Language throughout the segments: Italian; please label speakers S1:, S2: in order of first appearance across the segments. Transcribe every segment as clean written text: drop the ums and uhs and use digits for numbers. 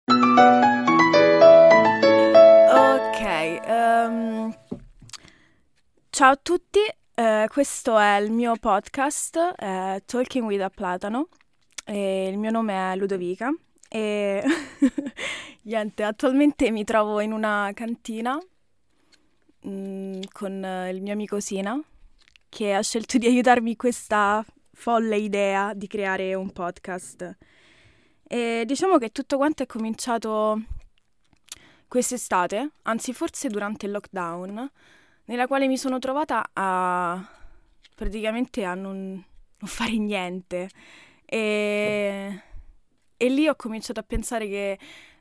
S1: Ok, ciao a tutti, questo è il mio podcast, Talking with a Platano, e il mio nome è Ludovica e niente, attualmente mi trovo in una cantina con il mio amico Sina, che ha scelto di aiutarmi in questa folle idea di creare un podcast. E diciamo che tutto quanto è cominciato quest'estate, anzi forse durante il lockdown, nella quale mi sono trovata a praticamente a non fare niente. E lì ho cominciato a pensare che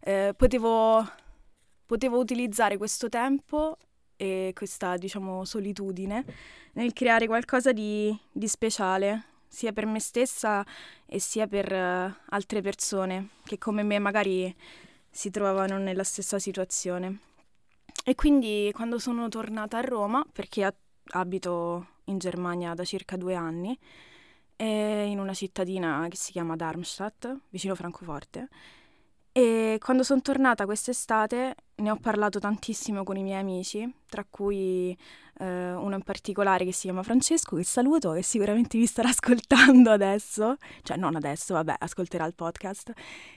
S1: potevo utilizzare questo tempo e questa, diciamo, solitudine nel creare qualcosa di speciale, sia per me stessa e sia per altre persone che come me magari si trovavano nella stessa situazione. E quindi quando sono tornata a Roma, perché abito in Germania da circa 2 anni, in una cittadina che si chiama Darmstadt, vicino Francoforte, e quando sono tornata quest'estate ne ho parlato tantissimo con i miei amici, tra cui uno in particolare che si chiama Francesco, che saluto, che sicuramente mi starà ascoltando adesso, cioè non adesso, vabbè, ascolterà il podcast.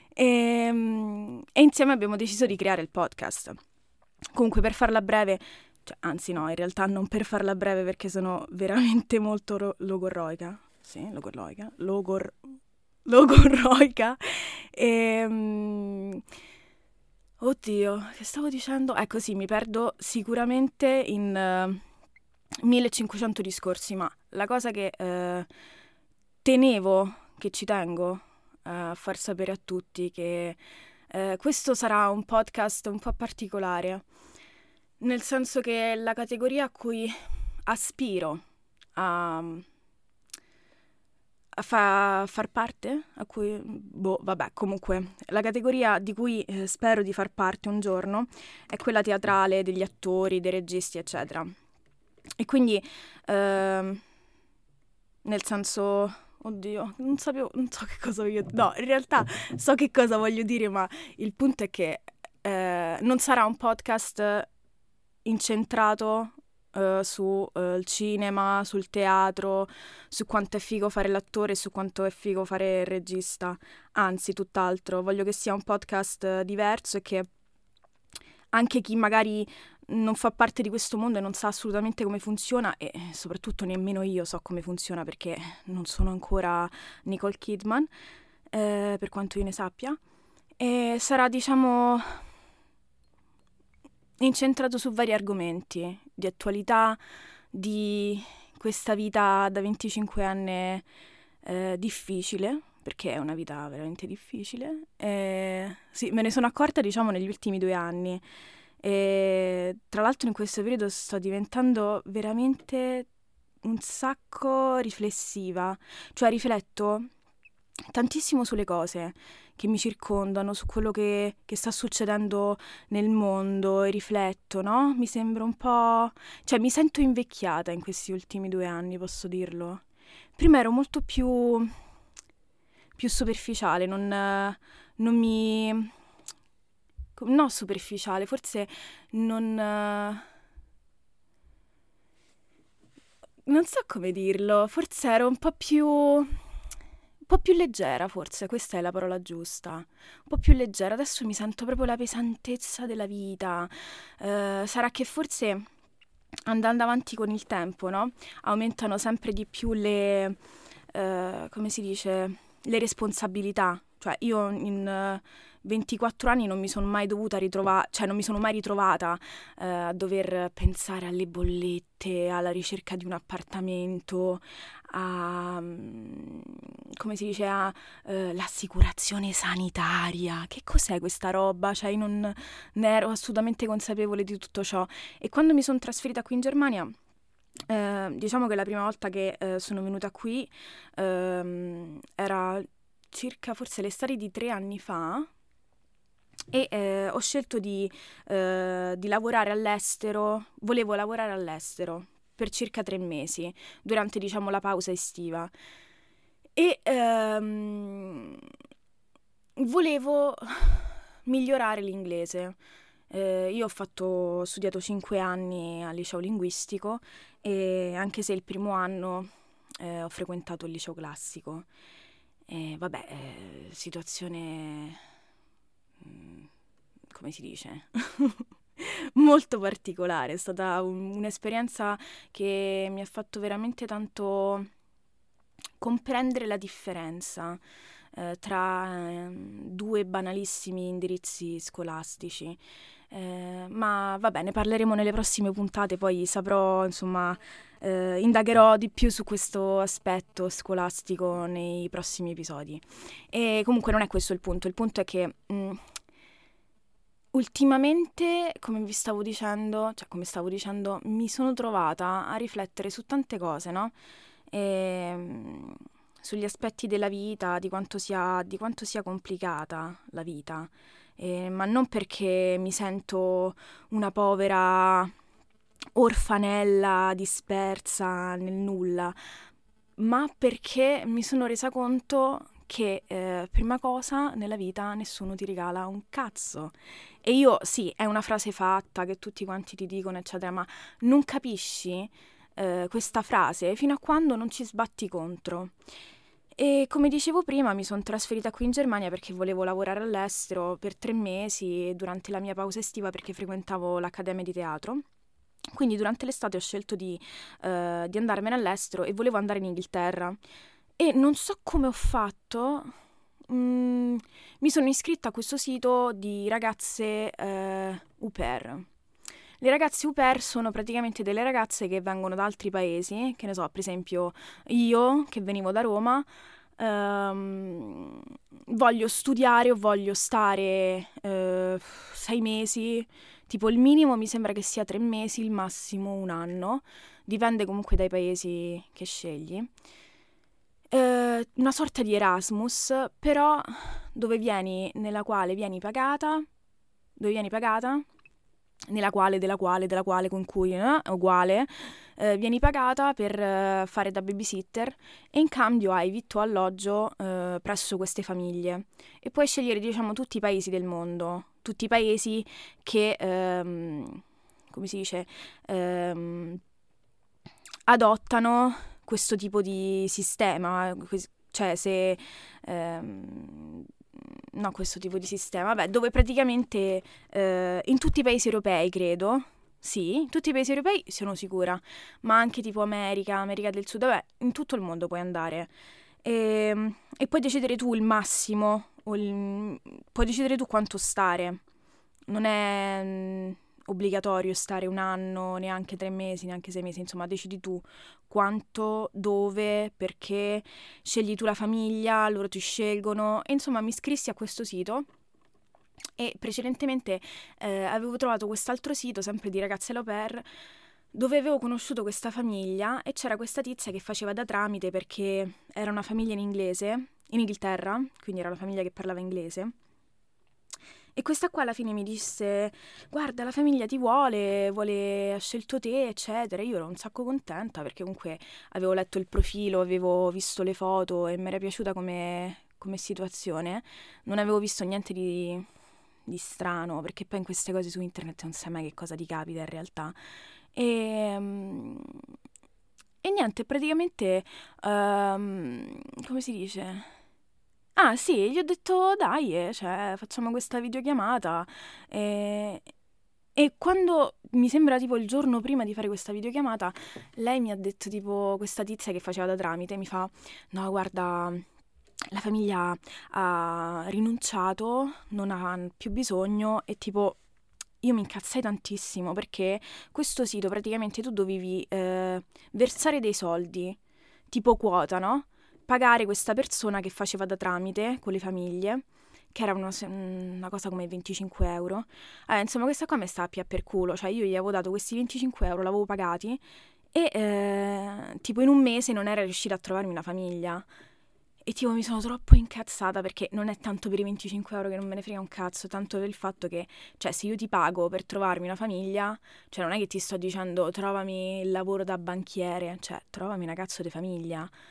S1: E insieme abbiamo deciso di creare il podcast. Comunque, per farla breve, cioè, anzi no, in realtà non per farla breve perché sono veramente molto logorroica. Sì, logorroica. Oddio, che stavo dicendo? Ecco sì, mi perdo sicuramente in 1500 discorsi, ma la cosa che che ci tengo a far sapere a tutti che questo sarà un podcast un po' particolare, nel senso che la categoria a cui aspiro a, far parte, vabbè, comunque, la categoria di cui spero di far parte un giorno è quella teatrale, degli attori, dei registi, eccetera. E quindi, nel senso, oddio, non so che cosa voglio dire. No, in realtà so che cosa voglio dire, ma il punto è che non sarà un podcast incentrato sul cinema, sul teatro, su quanto è figo fare l'attore e su quanto è figo fare il regista. Anzi, tutt'altro. Voglio che sia un podcast diverso e che anche chi magari non fa parte di questo mondo e non sa assolutamente come funziona, e soprattutto nemmeno io so come funziona perché non sono ancora Nicole Kidman, per quanto io ne sappia, e sarà, diciamo, incentrato su vari argomenti di attualità, di questa vita da 25 anni difficile, perché è una vita veramente difficile. Sì, me ne sono accorta, diciamo, negli ultimi 2 anni. E tra l'altro in questo periodo sto diventando veramente un sacco riflessiva, cioè rifletto tantissimo sulle cose che mi circondano, su quello che sta succedendo nel mondo e rifletto, no? Mi sembra un po'... cioè mi sento invecchiata in questi ultimi 2 anni, posso dirlo. Prima ero molto più superficiale, non mi... no, superficiale, forse non... non so come dirlo, forse ero un po' più leggera, forse, questa è la parola giusta. Un po' più leggera, adesso mi sento proprio la pesantezza della vita. Sarà che forse andando avanti con il tempo, no? Aumentano sempre di più come si dice, le responsabilità. Cioè, io in 24 anni non mi sono mai dovuta ritrovare, cioè non mi sono mai ritrovata a dover pensare alle bollette, alla ricerca di un appartamento, a, come si dice, l'assicurazione sanitaria. Che cos'è questa roba? Cioè, io non ne ero assolutamente consapevole di tutto ciò. E quando mi sono trasferita qui in Germania, diciamo che la prima volta che sono venuta qui era circa forse l'estate di 3 anni fa e ho scelto di lavorare all'estero, volevo lavorare all'estero per circa 3 mesi durante, diciamo, la pausa estiva e volevo migliorare l'inglese. Io ho studiato 5 anni al liceo linguistico e anche se il primo anno ho frequentato il liceo classico. Situazione, come si dice, molto particolare. È stata un'esperienza che mi ha fatto veramente tanto comprendere la differenza tra due banalissimi indirizzi scolastici. Ma vabbè, ne parleremo nelle prossime puntate, poi saprò, insomma, indagherò di più su questo aspetto scolastico nei prossimi episodi. E comunque non è questo il punto è che ultimamente, come stavo dicendo, mi sono trovata a riflettere su tante cose, no? Sugli aspetti della vita, di quanto sia complicata la vita, ma non perché mi sento una povera orfanella dispersa nel nulla, ma perché mi sono resa conto che prima cosa nella vita nessuno ti regala un cazzo. E io, sì, è una frase fatta che tutti quanti ti dicono, eccetera, ma non capisci questa frase fino a quando non ci sbatti contro. E come dicevo prima, mi sono trasferita qui in Germania perché volevo lavorare all'estero per 3 mesi durante la mia pausa estiva perché frequentavo l'accademia di teatro. Quindi durante l'estate ho scelto di andarmene all'estero e volevo andare in Inghilterra. E non so come ho fatto, mi sono iscritta a questo sito di ragazze au pair. Le ragazze au pair sono praticamente delle ragazze che vengono da altri paesi, che ne so, per esempio io che venivo da Roma, voglio studiare o voglio stare 6 mesi, tipo il minimo mi sembra che sia 3 mesi, il massimo 1 anno, dipende comunque dai paesi che scegli. Una sorta di Erasmus, però nella quale vieni pagata, della quale, con cui, uguale, vieni pagata per fare da babysitter e in cambio hai vitto e alloggio presso queste famiglie e puoi scegliere, diciamo, tutti i paesi del mondo, tutti i paesi che, come si dice, adottano questo tipo di sistema, cioè se... no, questo tipo di sistema, vabbè, dove praticamente in tutti i paesi europei, credo, sì, in tutti i paesi europei sono sicura, ma anche tipo America del Sud, vabbè, in tutto il mondo puoi andare. E puoi decidere tu il massimo, puoi decidere tu quanto stare. Non è obbligatorio stare 1 anno, neanche 3 mesi, neanche 6 mesi, insomma, decidi tu quanto, dove, perché, scegli tu la famiglia, loro ti scelgono. E insomma, mi iscrissi a questo sito e precedentemente avevo trovato quest'altro sito, sempre di ragazze au pair, dove avevo conosciuto questa famiglia e c'era questa tizia che faceva da tramite perché era una famiglia in Inghilterra, quindi era una famiglia che parlava inglese. E questa qua alla fine mi disse: guarda, la famiglia ti ha scelto te, eccetera. Io ero un sacco contenta perché comunque avevo letto il profilo, avevo visto le foto e mi era piaciuta come situazione. Non avevo visto niente di strano, perché poi in queste cose su internet non sai mai che cosa ti capita in realtà. E niente, praticamente, come si dice? Ah sì, gli ho detto dai, cioè, facciamo questa videochiamata. E, e quando mi sembra tipo il giorno prima di fare questa videochiamata, lei mi ha detto tipo, questa tizia che faceva da tramite, mi fa: no, guarda, la famiglia ha rinunciato, non ha più bisogno e tipo... Io mi incazzai tantissimo perché questo sito praticamente tu dovevi versare dei soldi, tipo quota, no? Pagare questa persona che faceva da tramite con le famiglie, che era una cosa come 25 euro. Insomma, questa qua mi stava più per culo, cioè io gli avevo dato questi 25 euro, l'avevo pagati e tipo in un mese non era riuscita a trovarmi una famiglia. E tipo mi sono troppo incazzata perché non è tanto per i 25 euro che non me ne frega un cazzo, tanto per il fatto che, cioè, se io ti pago per trovarmi una famiglia, cioè non è che ti sto dicendo trovami il lavoro da banchiere, cioè trovami una cazzo di famiglia.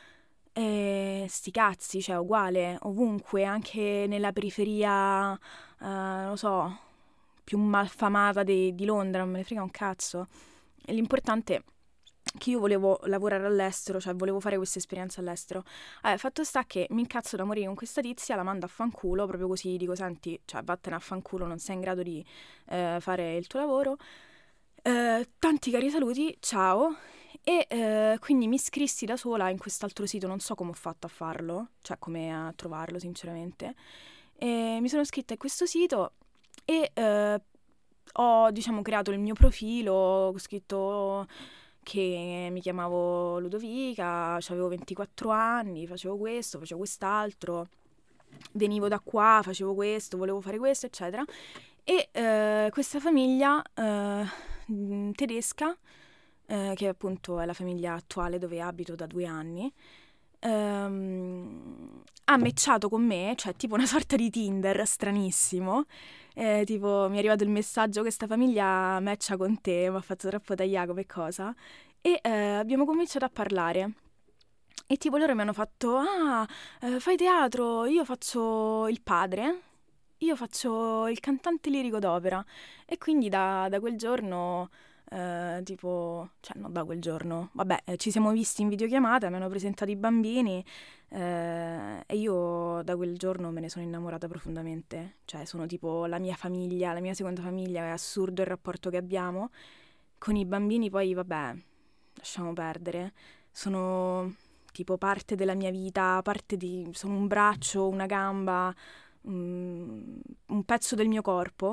S1: E sti cazzi, cioè uguale, ovunque, anche nella periferia, non lo so, più malfamata di Londra, non me ne frega un cazzo. E l'importante è che io volevo lavorare all'estero, cioè volevo fare questa esperienza all'estero. Fatto sta che mi incazzo da morire con questa tizia, la mando a fanculo, proprio così, dico, senti, cioè vattene a fanculo, non sei in grado di fare il tuo lavoro. Tanti cari saluti, ciao. E quindi mi iscrissi da sola in quest'altro sito, non so come ho fatto a farlo, cioè come a trovarlo sinceramente. E mi sono iscritta a questo sito e ho, diciamo, creato il mio profilo, ho scritto che mi chiamavo Ludovica, avevo 24 anni, facevo questo, facevo quest'altro, venivo da qua, facevo questo, volevo fare questo, eccetera. E questa famiglia tedesca, che appunto è la famiglia attuale dove abito da 2 anni, ha matchato con me, cioè tipo una sorta di Tinder stranissimo. Tipo mi è arrivato il messaggio: questa famiglia matcha con te, mi ha fatto troppo tagliare come cosa. E abbiamo cominciato a parlare. E tipo loro mi hanno fatto: ah, fai teatro, io faccio il padre, io faccio il cantante lirico d'opera. E quindi da quel giorno, tipo, cioè no, da quel giorno, vabbè, ci siamo visti in videochiamata, mi hanno presentato i bambini, e io da quel giorno me ne sono innamorata profondamente. Cioè sono tipo la mia famiglia, la mia seconda famiglia, è assurdo il rapporto che abbiamo. Con i bambini poi, vabbè, lasciamo perdere, sono tipo parte della mia vita, sono un braccio, una gamba, un pezzo del mio corpo.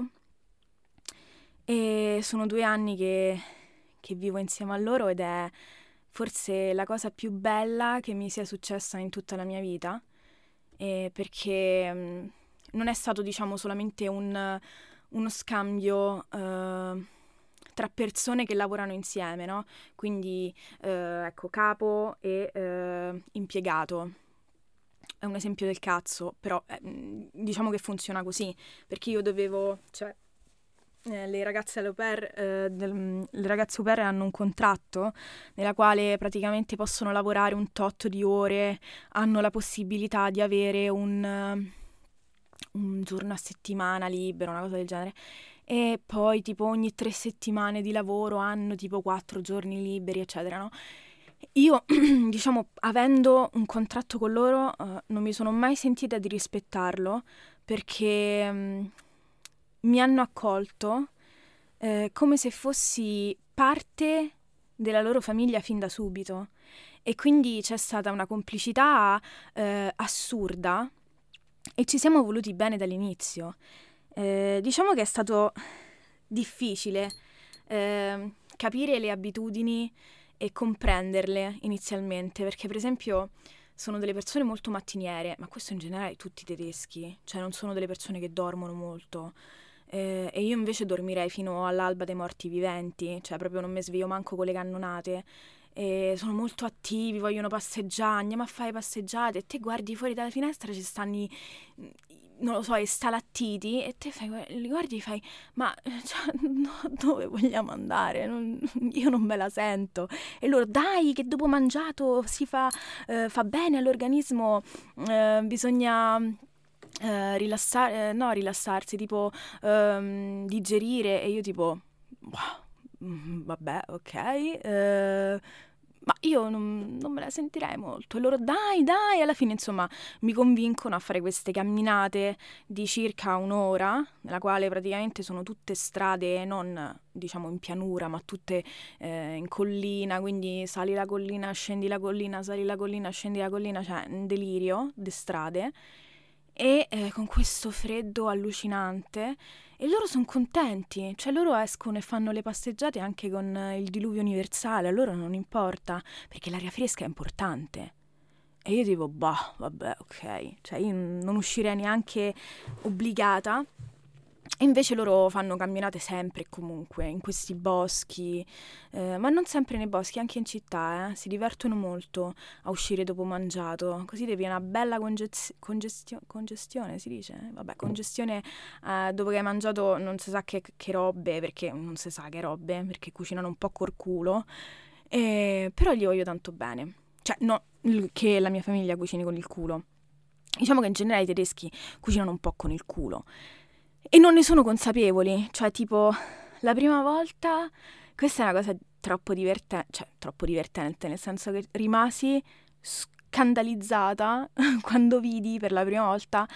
S1: E sono 2 anni che vivo insieme a loro ed è forse la cosa più bella che mi sia successa in tutta la mia vita, perché non è stato, diciamo, solamente uno scambio tra persone che lavorano insieme, no? Quindi, ecco, capo e impiegato. È un esempio del cazzo, però diciamo che funziona così, perché io dovevo, cioè, le ragazze au pair, le ragazze au pair hanno un contratto nella quale praticamente possono lavorare un tot di ore, hanno la possibilità di avere un giorno a settimana libero, una cosa del genere. E poi tipo ogni 3 settimane di lavoro hanno tipo 4 giorni liberi, eccetera, no? Io, diciamo, avendo un contratto con loro, non mi sono mai sentita di rispettarlo perché mi hanno accolto come se fossi parte della loro famiglia fin da subito. E quindi c'è stata una complicità assurda e ci siamo voluti bene dall'inizio. Diciamo che è stato difficile capire le abitudini e comprenderle inizialmente, perché per esempio sono delle persone molto mattiniere, ma questo in generale tutti i tedeschi, cioè non sono delle persone che dormono molto. E io invece dormirei fino all'alba dei morti viventi, cioè proprio non mi sveglio manco con le cannonate. E sono molto attivi, vogliono passeggiare, andiamo a fare passeggiate e te guardi fuori dalla finestra, ci stanno non lo so, i stalattiti e te li guardi e fai, ma cioè, dove vogliamo andare? Io non me la sento. E loro, dai, che dopo mangiato fa bene all'organismo, bisogna rilassarsi, tipo digerire. E io tipo, vabbè, ok, ma io non me la sentirei molto. E loro, dai, alla fine, insomma, mi convincono a fare queste camminate di circa un'ora, nella quale praticamente sono tutte strade non, diciamo, in pianura, ma tutte in collina, quindi sali la collina, scendi la collina, sali la collina, scendi la collina, cioè un delirio di strade. E con questo freddo allucinante, e loro sono contenti, cioè loro escono e fanno le passeggiate anche con il diluvio universale, a loro non importa, perché l'aria fresca è importante. E io dico, bah, vabbè, ok, cioè io non uscirei neanche obbligata. E invece loro fanno camminate sempre e comunque in questi boschi, ma non sempre nei boschi, anche in città, si divertono molto a uscire dopo mangiato, così ti viene una bella congestione, si dice? Vabbè, congestione dopo che hai mangiato non si sa che robe, perché non si sa che robe, perché cucinano un po' col culo, però gli voglio tanto bene. cioè no, che la mia famiglia cucini con il culo. Diciamo che in generale i tedeschi cucinano un po' con il culo e non ne sono consapevoli, cioè tipo la prima volta, questa è una cosa troppo divertente, nel senso che rimasi scandalizzata quando vidi per la prima volta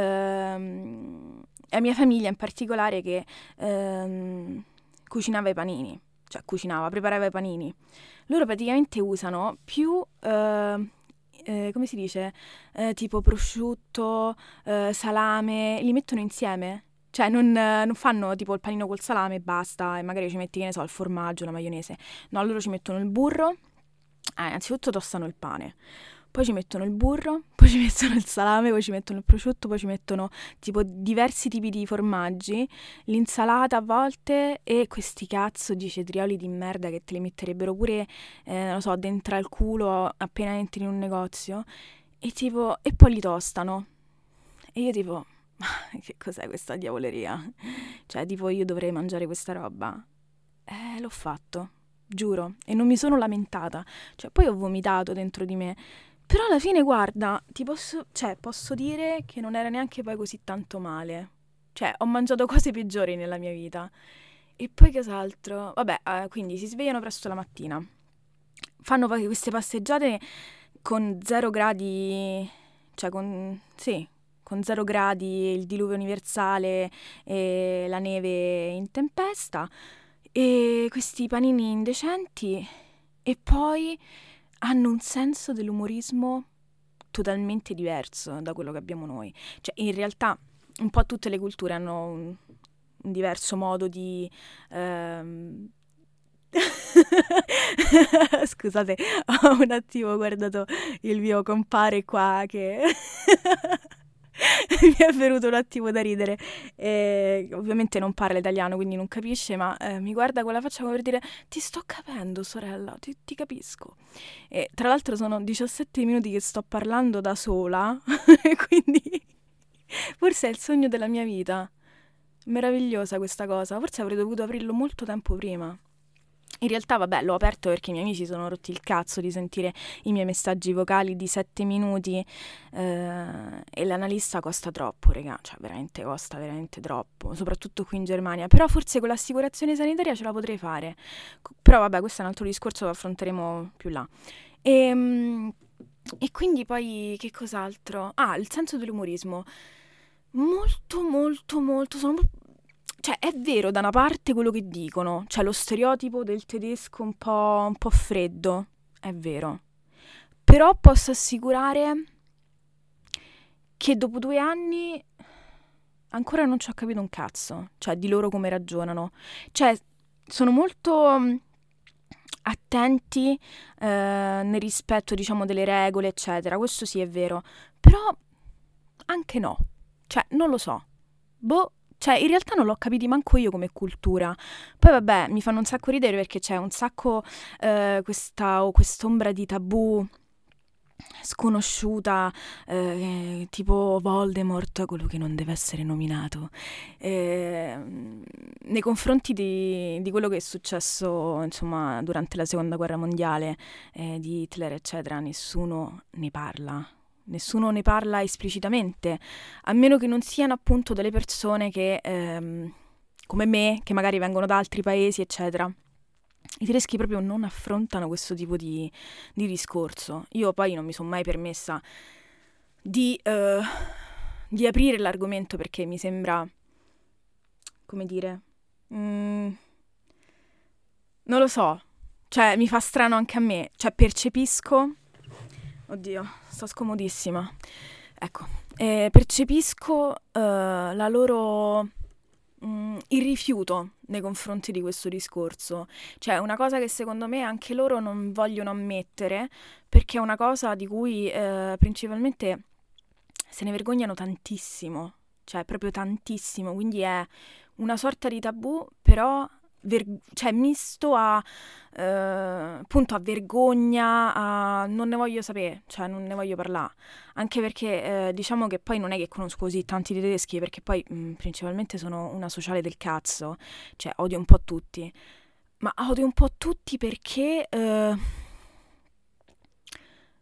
S1: la mia famiglia in particolare che cucinava i panini, cioè preparava i panini. Loro praticamente usano più, come si dice, tipo prosciutto, salame, li mettono insieme. Cioè non fanno tipo il panino col salame e basta e magari ci metti, che ne so, il formaggio, la maionese. No, loro ci mettono il burro, innanzitutto tostano il pane, poi ci mettono il burro, poi ci mettono il salame, poi ci mettono il prosciutto, poi ci mettono tipo diversi tipi di formaggi, l'insalata a volte e questi cazzo di cetrioli di merda che te li metterebbero pure, non lo so, dentro al culo appena entri in un negozio e tipo, e poi li tostano. E io tipo, ma che cos'è questa diavoleria? Cioè tipo io dovrei mangiare questa roba? L'ho fatto, giuro, e non mi sono lamentata. Cioè poi ho vomitato dentro di me. Però alla fine, guarda, posso dire che non era neanche poi così tanto male. Cioè, ho mangiato cose peggiori nella mia vita. E poi cos'altro? Vabbè, quindi si svegliano presto la mattina. Fanno poi queste passeggiate con 0 gradi, cioè con 0 gradi, il diluvio universale e la neve in tempesta. E questi panini indecenti. E poi hanno un senso dell'umorismo totalmente diverso da quello che abbiamo noi. Cioè, in realtà, un po' tutte le culture hanno un diverso modo di... Scusate, ho un attimo guardato il mio compare qua che... Mi è venuto un attimo da ridere. Ovviamente non parla italiano, quindi non capisce, ma mi guarda con la faccia come per dire: ti sto capendo, sorella, ti capisco. E tra l'altro sono 17 minuti che sto parlando da sola, quindi forse è il sogno della mia vita. Meravigliosa questa cosa, forse avrei dovuto aprirlo molto tempo prima. In realtà, vabbè, l'ho aperto perché i miei amici sono rotti il cazzo di sentire i miei messaggi vocali di 7 minuti e l'analista costa troppo, raga, cioè veramente costa veramente troppo, soprattutto qui in Germania. Però forse con l'assicurazione sanitaria ce la potrei fare. Però vabbè, questo è un altro discorso che affronteremo più là. E quindi poi che cos'altro? Ah, il senso dell'umorismo. Molto, molto, molto. Cioè, è vero da una parte quello che dicono, cioè lo stereotipo del tedesco un po' freddo, è vero. Però posso assicurare che dopo 2 anni ancora non ci ho capito un cazzo, cioè di loro come ragionano. Cioè, sono molto attenti nel rispetto, diciamo, delle regole, eccetera. Questo sì è vero. Però anche no. Cioè, non lo so. Cioè, in realtà non l'ho capiti manco io come cultura. Poi vabbè, mi fanno un sacco ridere perché c'è un sacco quest'ombra di tabù sconosciuta, tipo Voldemort, quello che non deve essere nominato, nei confronti di quello che è successo, insomma, durante la Seconda Guerra Mondiale, di Hitler, eccetera. Nessuno ne parla. Nessuno ne parla esplicitamente, a meno che non siano appunto delle persone che, come me, che magari vengono da altri paesi, eccetera. I tedeschi proprio non affrontano questo tipo di discorso. Io poi non mi sono mai permessa di aprire l'argomento perché mi sembra, come dire, non lo so, cioè mi fa strano anche a me, cioè percepisco, oddio, sto scomodissima, ecco, percepisco la loro... il rifiuto nei confronti di questo discorso, cioè una cosa che secondo me anche loro non vogliono ammettere perché è una cosa di cui principalmente se ne vergognano tantissimo, cioè proprio tantissimo, quindi è una sorta di tabù però cioè misto a appunto a vergogna, a non ne voglio sapere, cioè non ne voglio parlare, anche perché diciamo che poi non è che conosco così tanti tedeschi perché poi principalmente sono una sociale del cazzo, cioè odio un po' tutti, ma odio un po' tutti perché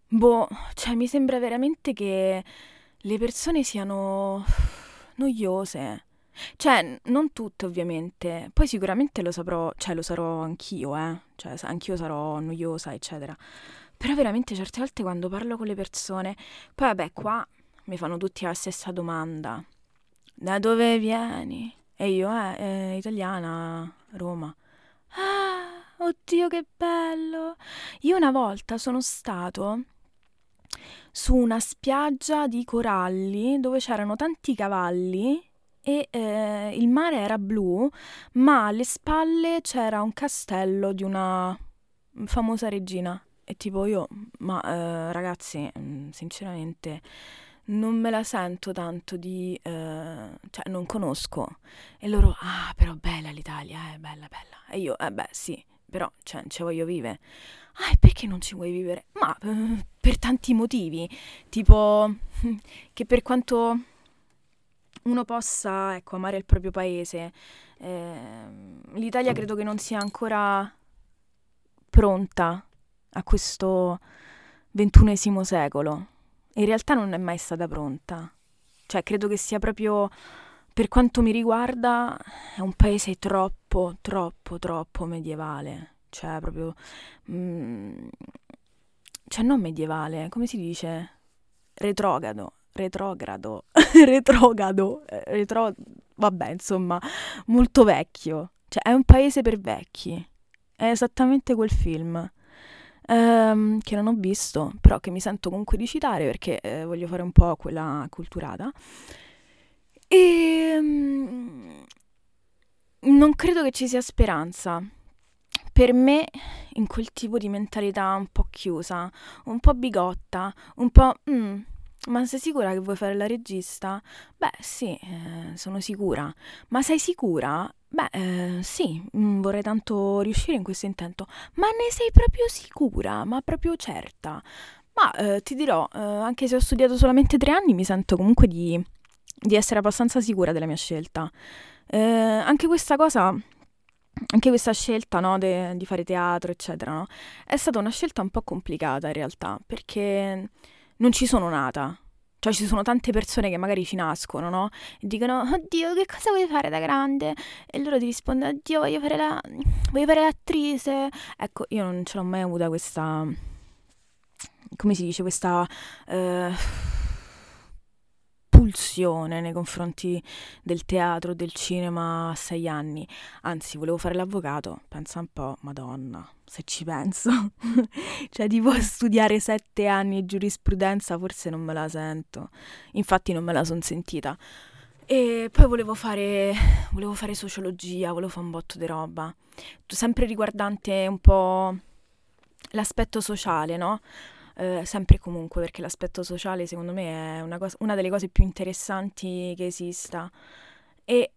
S1: Boh, cioè mi sembra veramente che le persone siano noiose. Cioè, non tutte ovviamente. Poi sicuramente lo saprò, cioè lo sarò anch'io, eh. Cioè, anch'io sarò noiosa, eccetera. Però veramente certe volte quando parlo con le persone, poi vabbè, qua mi fanno tutti la stessa domanda. Da dove vieni? E io, italiana, Roma. Ah, oddio, che bello! Io una volta sono stato su una spiaggia di coralli dove c'erano tanti cavalli e il mare era blu, ma alle spalle c'era un castello di una famosa regina. E tipo io, ma ragazzi, sinceramente non me la sento tanto di... cioè non conosco. E loro, ah, però bella l'Italia, bella, bella. E io, beh, sì, però, cioè, non ci voglio vivere. Ah, e perché non ci vuoi vivere? Ma per tanti motivi, tipo che per quanto uno possa, ecco, amare il proprio paese, l'Italia credo che non sia ancora pronta a questo XXI secolo. In realtà non è mai stata pronta. Cioè, credo che sia proprio, per quanto mi riguarda, è un paese troppo, troppo, troppo medievale. Cioè, proprio... mm, cioè, non medievale, come si dice? Retrogrado. Retrogrado. Retrogrado. Vabbè, insomma, molto vecchio. Cioè, è un paese per vecchi. È esattamente quel film. Che non ho visto, però che mi sento comunque di citare perché voglio fare un po' quella culturata. E non credo che ci sia speranza. Per me, in quel tipo di mentalità un po' chiusa, un po' bigotta, un po'... ma sei sicura che vuoi fare la regista? Beh, sì, sono sicura. Ma sei sicura? Beh, sì, vorrei tanto riuscire in questo intento. Ma ne sei proprio sicura? Ma proprio certa? Ma ti dirò, anche se ho studiato solamente 3 anni, mi sento comunque di essere abbastanza sicura della mia scelta. Anche questa cosa, anche questa scelta, no, di fare teatro, eccetera, no, è stata una scelta un po' complicata in realtà, perché non ci sono nata. Cioè ci sono tante persone che magari ci nascono, no? E dicono, oddio, che cosa vuoi fare da grande? E loro ti rispondono, oddio, voglio fare l'attrice. Ecco, io non ce l'ho mai avuta questa, come si dice, questa eh, pulsione nei confronti del teatro, del cinema a 6 anni. Anzi, volevo fare l'avvocato, pensa un po', madonna, se ci penso. Cioè, tipo studiare 7 anni di giurisprudenza, forse non me la sento. Infatti non me la son sentita. E poi volevo fare sociologia, volevo fare un botto di roba. Sempre riguardante un po' l'aspetto sociale, no? Sempre e comunque, perché l'aspetto sociale secondo me è una delle cose più interessanti che esista. E,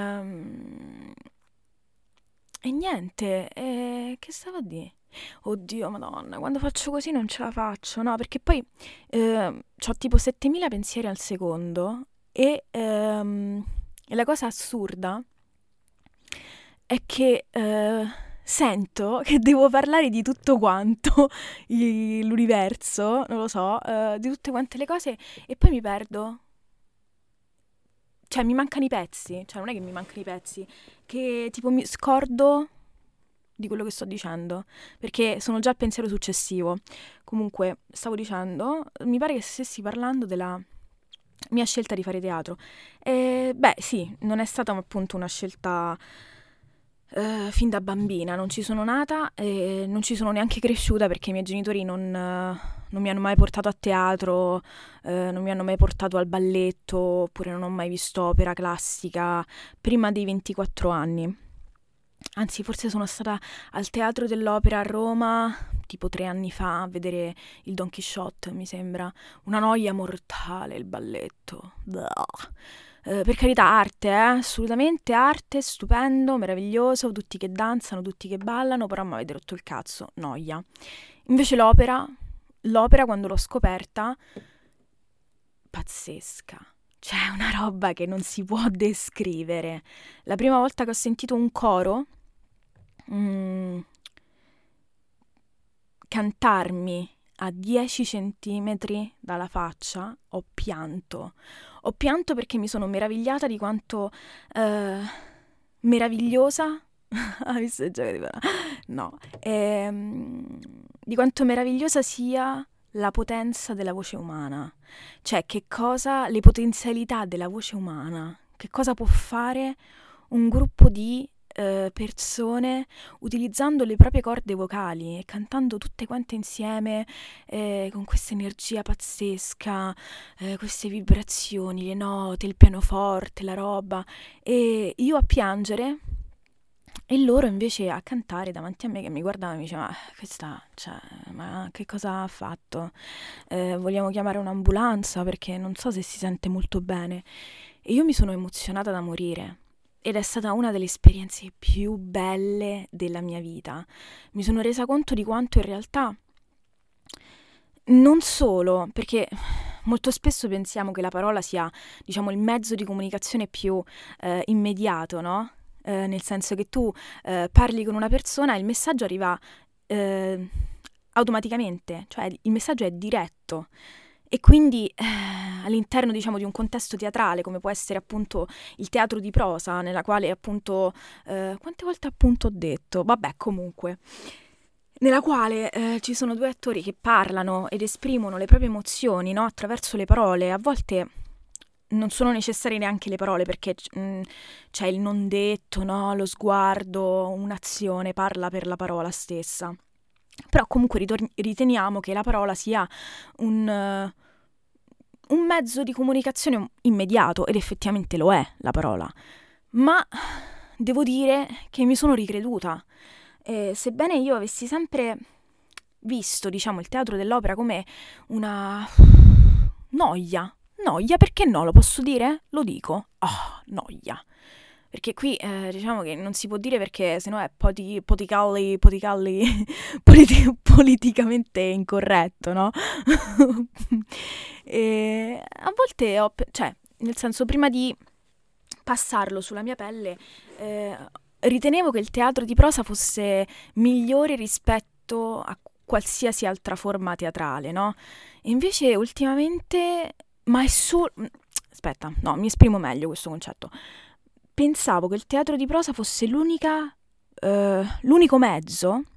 S1: e niente, che stavo a dire? Oddio, madonna, quando faccio così non ce la faccio, no? Perché poi ho tipo 7000 pensieri al secondo e la cosa assurda è che sento che devo parlare di tutto quanto l'universo, non lo so, di tutte quante le cose e poi mi perdo. Cioè, mi mancano i pezzi. Cioè, non è che mi mancano i pezzi, che tipo mi scordo di quello che sto dicendo, perché sono già al pensiero successivo. Comunque, stavo dicendo, mi pare che stessi parlando della mia scelta di fare teatro. Beh, sì, non è stata appunto una scelta fin da bambina, non ci sono nata e non ci sono neanche cresciuta perché i miei genitori non mi hanno mai portato a teatro, non mi hanno mai portato al balletto, oppure non ho mai visto opera classica prima dei 24 anni. Anzi, forse sono stata al Teatro dell'Opera a Roma tipo 3 anni fa a vedere il Don Chisciotte, mi sembra. Una noia mortale il balletto. Per carità, arte, assolutamente arte, stupendo, meraviglioso, tutti che danzano, tutti che ballano, però mi avete rotto il cazzo, noia. Invece l'opera quando l'ho scoperta, pazzesca. C'è una roba che non si può descrivere. La prima volta che ho sentito un coro cantarmi a 10 centimetri dalla faccia, ho pianto. Ho pianto perché mi sono meravigliata di quanto meravigliosa... Ah, visto il gioco di parole? No. Di quanto meravigliosa sia la potenza della voce umana. Cioè, che cosa... le potenzialità della voce umana. Che cosa può fare un gruppo di persone utilizzando le proprie corde vocali e cantando tutte quante insieme con questa energia pazzesca, queste vibrazioni, le note, il pianoforte, la roba, e io a piangere e loro invece a cantare davanti a me, che mi guardavano e mi dicevano: questa, cioè, ma che cosa ha fatto? Vogliamo chiamare un'ambulanza perché non so se si sente molto bene. E io mi sono emozionata da morire. Ed è stata una delle esperienze più belle della mia vita. Mi sono resa conto di quanto in realtà non solo, perché molto spesso pensiamo che la parola sia, diciamo, il mezzo di comunicazione più immediato, no? Nel senso che tu parli con una persona e il messaggio arriva automaticamente, cioè il messaggio è diretto. E quindi all'interno, diciamo, di un contesto teatrale, come può essere appunto il teatro di prosa, nella quale appunto, quante volte appunto ho detto, vabbè, comunque, nella quale ci sono due attori che parlano ed esprimono le proprie emozioni, no? Attraverso le parole. A volte non sono necessarie neanche le parole, perché c'è il non detto, no? Lo sguardo, un'azione parla per la parola stessa. Però comunque riteniamo che la parola sia un mezzo di comunicazione immediato, ed effettivamente lo è la parola. Ma devo dire che mi sono ricreduta. Sebbene io avessi sempre visto, diciamo, il teatro dell'opera come una noia, perché no, lo posso dire? Lo dico. Noia. Perché qui diciamo che non si può dire, perché sennò è politicamente incorretto, no? E a volte cioè, nel senso, prima di passarlo sulla mia pelle, ritenevo che il teatro di prosa fosse migliore rispetto a qualsiasi altra forma teatrale, no? E invece ultimamente, ma è solo... Aspetta, no, mi esprimo meglio questo concetto. Pensavo che il teatro di prosa fosse l'unico mezzo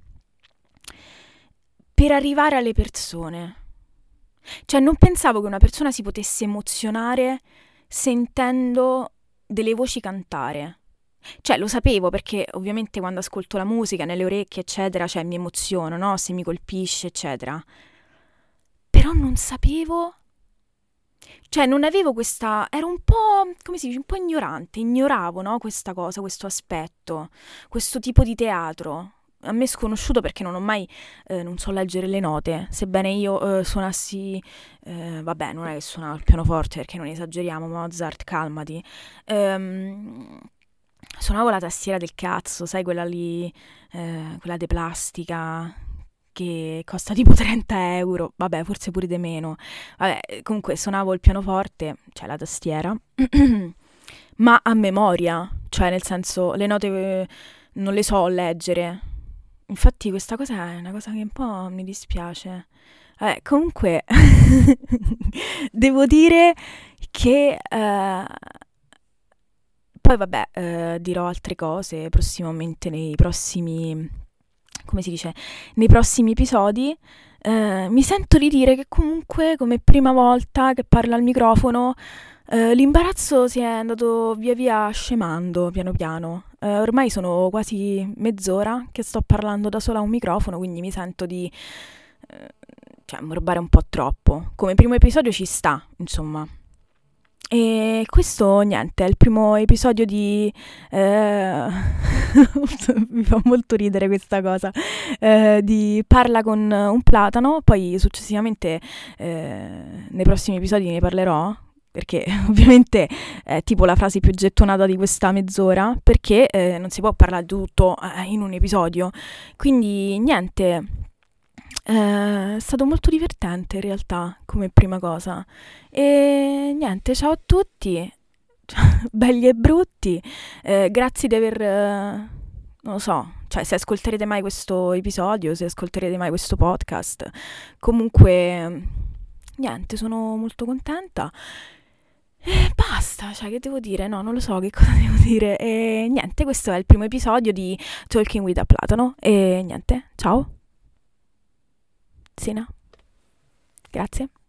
S1: per arrivare alle persone. Cioè, non pensavo che una persona si potesse emozionare sentendo delle voci cantare. Cioè, lo sapevo, perché ovviamente quando ascolto la musica nelle orecchie, eccetera, cioè mi emoziono, no? Se mi colpisce, eccetera. Però non sapevo... Cioè, non avevo questa... Ero un po', come si dice, un po' ignorante. Ignoravo, no? Questa cosa, questo aspetto, questo tipo di teatro. A me è sconosciuto, perché non ho mai... non so leggere le note. Sebbene io suonassi... vabbè, non è che suonavo il pianoforte, perché non esageriamo, Mozart, calmati. Suonavo la tastiera del cazzo, sai, quella lì... quella de plastica... che costa tipo 30 euro, vabbè, forse pure di meno. Vabbè, comunque suonavo il pianoforte, cioè la tastiera, ma a memoria, cioè nel senso, le note non le so leggere. Infatti questa cosa è una cosa che un po' mi dispiace. Comunque devo dire che poi vabbè, dirò altre cose prossimamente nei prossimi, come si dice, nei prossimi episodi. Mi sento di dire che comunque, come prima volta che parlo al microfono, l'imbarazzo si è andato via via scemando piano piano. Ormai sono quasi mezz'ora che sto parlando da sola a un microfono, quindi mi sento di cioè ammorbare un po' troppo. Come primo episodio ci sta, insomma. E questo, niente, è il primo episodio di... mi fa molto ridere questa cosa, di Parla con un platano. Poi successivamente nei prossimi episodi ne parlerò, perché ovviamente è tipo la frase più gettonata di questa mezz'ora, perché non si può parlare di tutto in un episodio. Quindi niente... È stato molto divertente in realtà come prima cosa. E niente, ciao a tutti, belli e brutti. Grazie di aver non lo so, cioè se ascolterete mai questo episodio, se ascolterete mai questo podcast, comunque niente, sono molto contenta. E basta, cioè che devo dire? No, non lo so che cosa devo dire. E niente, questo è il primo episodio di Talking with a Platano. E niente, ciao. Sina, grazie.